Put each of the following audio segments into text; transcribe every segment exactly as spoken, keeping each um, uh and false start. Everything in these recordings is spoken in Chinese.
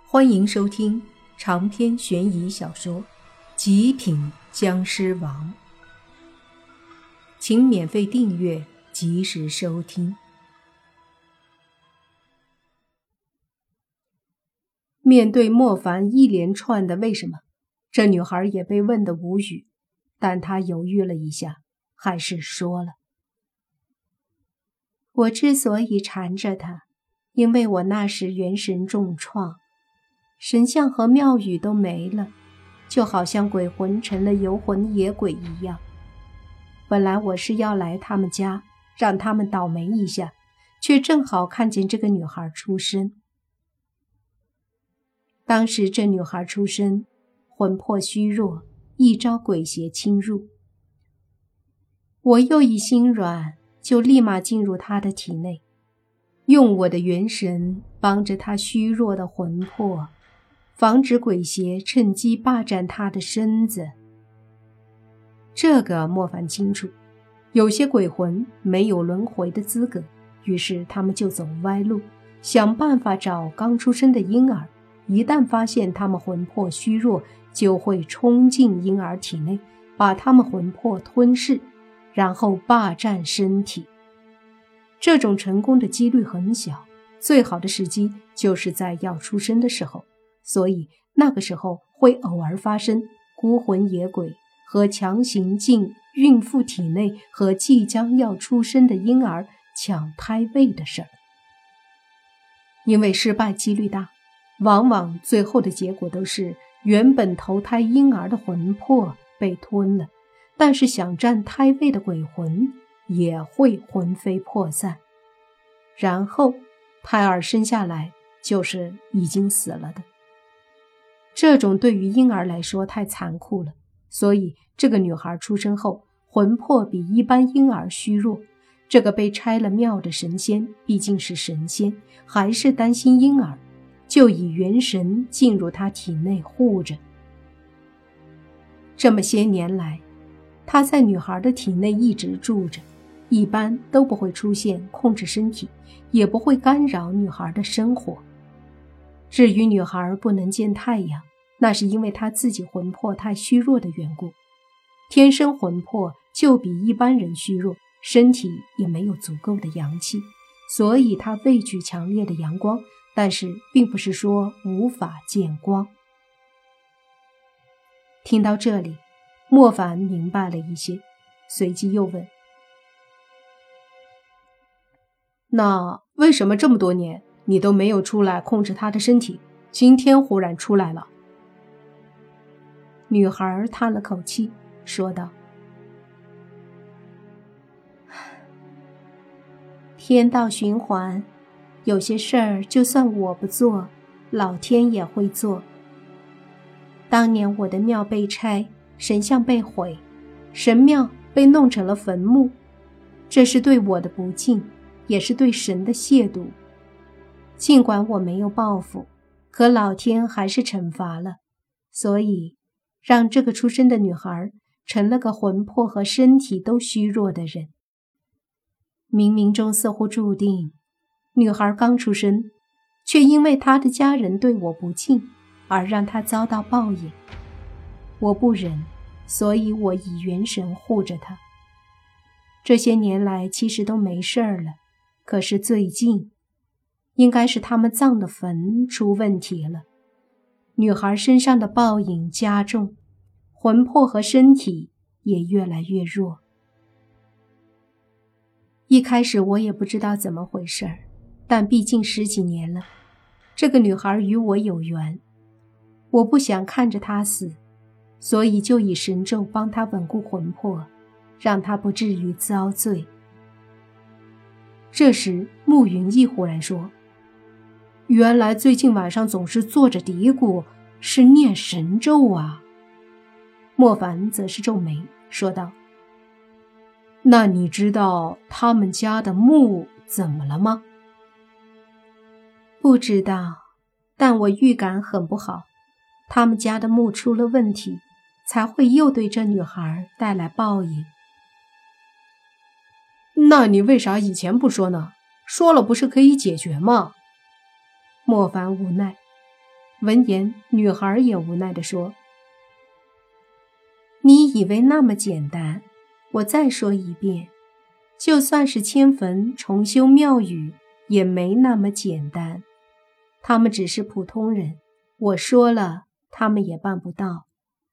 欢迎收听长篇悬疑小说《极品僵尸王》，请免费订阅，及时收听。面对莫凡一连串的为什么，这女孩也被问得无语，但她犹豫了一下，还是说了： 我之所以缠着他，因为我那时元神重创，神像和庙宇都没了，就好像鬼魂成了游魂野鬼一样。本来我是要来他们家，让他们倒霉一下，却正好看见这个女孩出生。当时这女孩出生，魂魄虚弱，一招鬼邪侵入。我又一心软，就立马进入她的体内，用我的元神帮着她虚弱的魂魄，防止鬼邪趁机霸占她的身子。这个莫凡清楚，有些鬼魂没有轮回的资格，于是他们就走歪路，想办法找刚出生的婴儿，一旦发现他们魂魄虚弱，就会冲进婴儿体内，把他们魂魄吞噬，然后霸占身体。这种成功的几率很小，最好的时机就是在要出生的时候，所以那个时候会偶尔发生孤魂野鬼和强行进孕妇体内和即将要出生的婴儿抢胎位的事儿。因为失败几率大，往往最后的结果都是原本投胎婴儿的魂魄被吞了，但是想占胎位的鬼魂也会魂飞魄散，然后胎儿生下来就是已经死了的。这种对于婴儿来说太残酷了，所以这个女孩出生后，魂魄比一般婴儿虚弱。这个被拆了庙的神仙毕竟是神仙，还是担心婴儿，就以元神进入她体内护着。这么些年来，他在女孩的体内一直住着，一般都不会出现控制身体，也不会干扰女孩的生活。至于女孩不能见太阳，那是因为她自己魂魄太虚弱的缘故，天生魂魄就比一般人虚弱，身体也没有足够的阳气，所以她畏惧强烈的阳光，但是并不是说无法见光。听到这里，莫凡明白了一些，随即又问： 那为什么这么多年你都没有出来控制他的身体，今天忽然出来了？ 女孩叹了口气说道：天道循环，有些事儿就算我不做，老天也会做。当年我的庙被拆，神像被毁，神庙被弄成了坟墓，这是对我的不敬，也是对神的亵渎。尽管我没有报复，可老天还是惩罚了，所以让这个出生的女孩成了个魂魄和身体都虚弱的人。冥冥中似乎注定，女孩刚出生，却因为她的家人对我不敬，而让她遭到报应。我不忍，所以我以元神护着她。这些年来其实都没事儿了，可是最近应该是他们葬的坟出问题了，女孩身上的报应加重，魂魄和身体也越来越弱。一开始我也不知道怎么回事儿，但毕竟十几年了，这个女孩与我有缘，我不想看着她死，所以就以神咒帮她稳固魂魄，让她不至于遭罪。这时慕云逸忽然说：原来最近晚上总是坐着嘀咕，是念神咒啊。莫凡则是皱眉说道： 那你知道他们家的墓怎么了吗？ 不知道，但我预感很不好，他们家的墓出了问题，才会又对这女孩带来报应。 那你为啥以前不说呢？说了不是可以解决吗？ 莫凡无奈： 闻言，女孩也无奈地说：“你以为那么简单？我再说一遍，就算是迁坟重修庙宇，也没那么简单。他们只是普通人，我说了，他们也办不到。”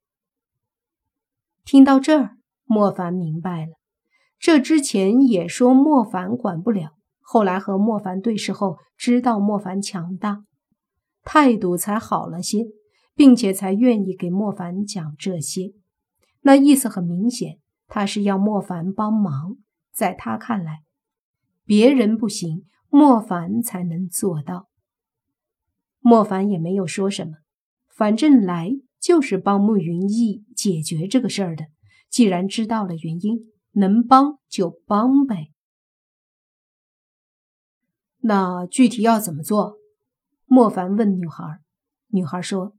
听到这儿，莫凡明白了，这之前也说莫凡管不了，后来和莫凡对视后，知道莫凡强大，态度才好了些，并且才愿意给莫凡讲这些。那意思很明显，他是要莫凡帮忙，在他看来，别人不行，莫凡才能做到。莫凡也没有说什么，反正来就是帮慕云逸解决这个事儿的，既然知道了原因，能帮就帮呗。那具体要怎么做？莫凡问女孩。女孩说：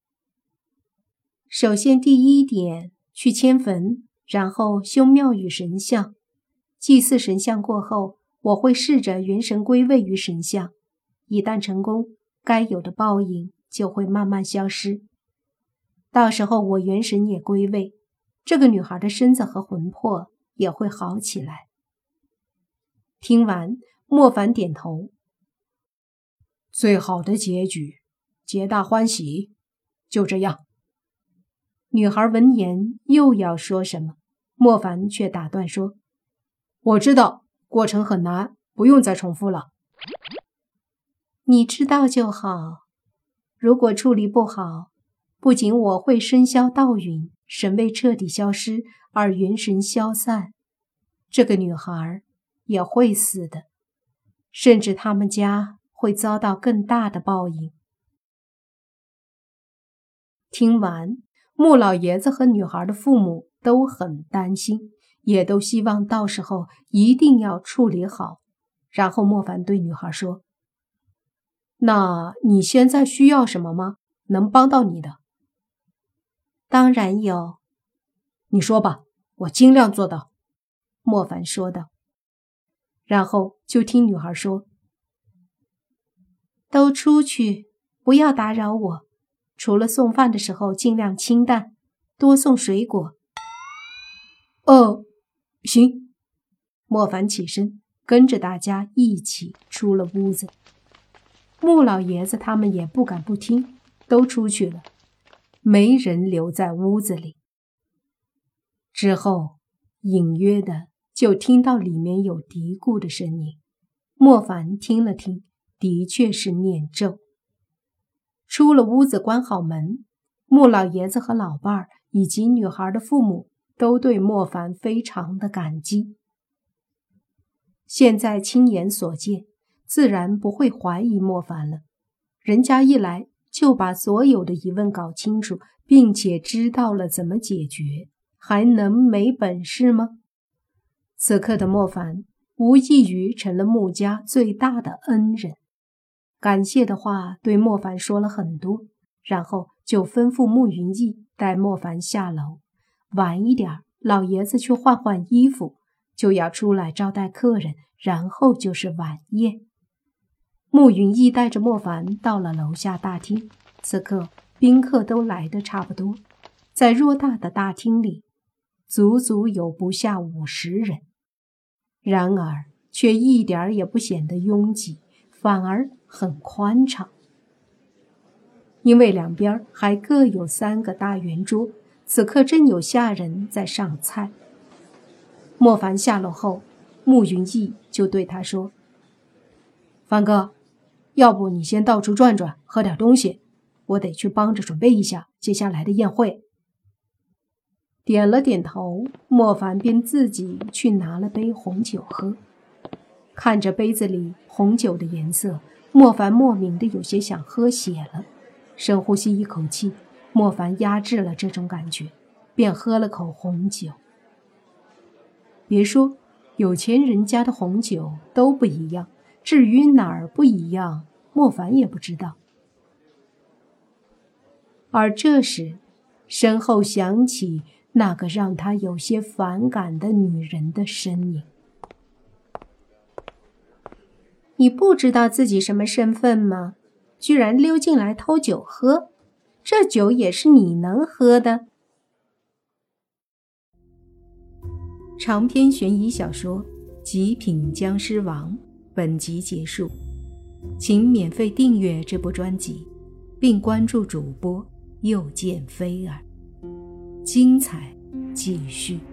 首先第一点，去迁坟，然后修庙宇神像。祭祀神像过后，我会试着元神归位于神像，一旦成功，该有的报应就会慢慢消失。到时候我元神也归位，这个女孩的身子和魂魄也会好起来。听完，莫凡点头。最好的结局，皆大欢喜，就这样。女孩闻言又要说什么，莫凡却打断说：我知道过程很难，不用再重复了。你知道就好，如果处理不好，不仅我会身消道陨，神位彻底消失，而元神消散，这个女孩也会死的，甚至他们家会遭到更大的报应。听完，穆老爷子和女孩的父母都很担心，也都希望到时候一定要处理好。然后莫凡对女孩说：那你现在需要什么吗？能帮到你的。当然有。你说吧，我尽量做到。莫凡说道。然后就听女孩说：都出去，不要打扰我，除了送饭的时候尽量清淡，多送水果。哦，行。莫凡起身，跟着大家一起出了屋子。穆老爷子他们也不敢不听，都出去了，没人留在屋子里。之后，隐约的就听到里面有嘀咕的声音。莫凡听了听，的确是念咒。出了屋子，关好门，穆老爷子和老伴儿以及女孩的父母都对莫凡非常的感激。现在亲眼所见，自然不会怀疑莫凡了。人家一来就把所有的疑问搞清楚，并且知道了怎么解决，还能没本事吗？此刻的莫凡无异于成了穆家最大的恩人，感谢的话对莫凡说了很多，然后就吩咐穆云逸带莫凡下楼，晚一点老爷子去换换衣服，就要出来招待客人，然后就是晚宴。穆云逸带着莫凡到了楼下大厅，此刻宾客都来得差不多，在偌大的大厅里，足足有不下五十人，然而却一点也不显得拥挤，反而很宽敞。因为两边还各有三个大圆桌，此刻正有下人在上菜。莫凡下楼后，穆云逸就对他说：凡哥，要不你先到处转转，喝点东西，我得去帮着准备一下接下来的宴会。点了点头，莫凡便自己去拿了杯红酒喝。看着杯子里红酒的颜色，莫凡莫名的有些想喝血了。深呼吸一口气，莫凡压制了这种感觉，便喝了口红酒。别说，有钱人家的红酒都不一样，至于哪儿不一样，莫凡也不知道。而这时，身后响起那个让他有些反感的女人的声音：你不知道自己什么身份吗？ 居然溜进来偷酒喝，这酒也是你能喝的？ 长篇悬疑小说《极品僵尸王》本集结束，请免费订阅这部专辑，并关注主播又见菲儿，精彩继续。